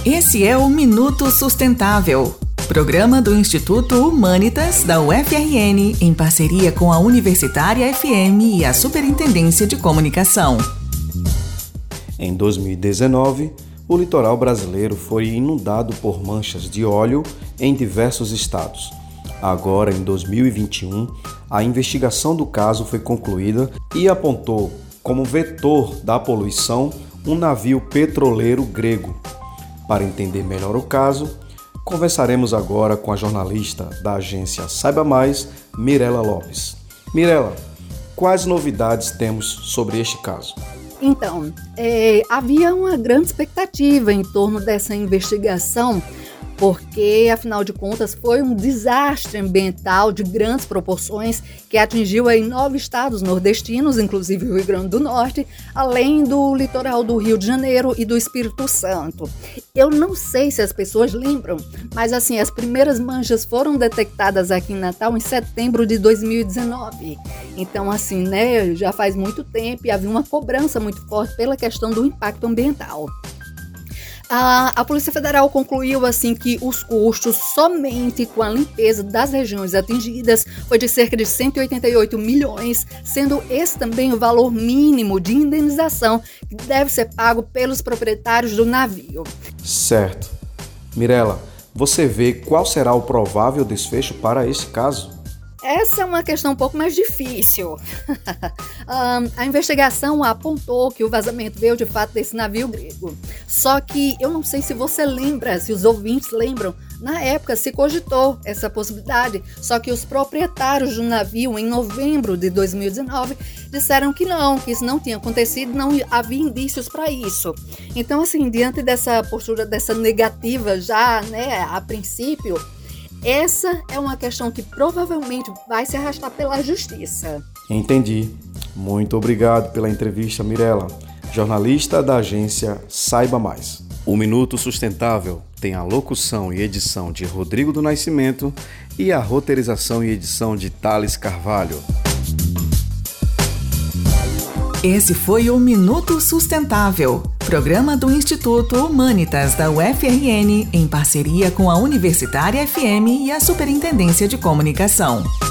Esse é o Minuto Sustentável, programa do Instituto Humanitas da UFRN, em parceria com a Universitária FM e a Superintendência de Comunicação. Em 2019, o litoral brasileiro foi inundado por manchas de óleo em diversos estados. Agora, em 2021, a investigação do caso foi concluída e apontou como vetor da poluição um navio petroleiro grego. Para entender melhor o caso, conversaremos agora com a jornalista da agência Saiba Mais, Mirela Lopes. Mirela, quais novidades temos sobre este caso? Então, havia uma grande expectativa em torno dessa investigação, porque, afinal de contas, foi um desastre ambiental de grandes proporções que atingiu aí 9 estados nordestinos, inclusive o Rio Grande do Norte, além do litoral do Rio de Janeiro e do Espírito Santo. Eu não sei se as pessoas lembram, mas assim, as primeiras manchas foram detectadas aqui em Natal em setembro de 2019. Então, assim, né, já faz muito tempo e havia uma cobrança muito forte pela questão do impacto ambiental. A Polícia Federal concluiu assim que os custos somente com a limpeza das regiões atingidas foi de cerca de 188 milhões, sendo esse também o valor mínimo de indenização que deve ser pago pelos proprietários do navio. Certo. Mirela, você vê qual será o provável desfecho para este caso? Essa é uma questão um pouco mais difícil. A investigação apontou que o vazamento veio de fato desse navio grego. Só que eu não sei se você lembra, se os ouvintes lembram, na época se cogitou essa possibilidade, só que os proprietários do navio, em novembro de 2019, disseram que isso não tinha acontecido, não havia indícios para isso. Então, assim, diante dessa postura, dessa negativa já, né, a princípio, essa é uma questão que provavelmente vai se arrastar pela justiça. Entendi. Muito obrigado pela entrevista, Mirela, jornalista da agência Saiba Mais. O Minuto Sustentável tem a locução e edição de Rodrigo do Nascimento e a roteirização e edição de Thales Carvalho. Esse foi o Minuto Sustentável, programa do Instituto Humanitas da UFRN, em parceria com a Universitária FM e a Superintendência de Comunicação.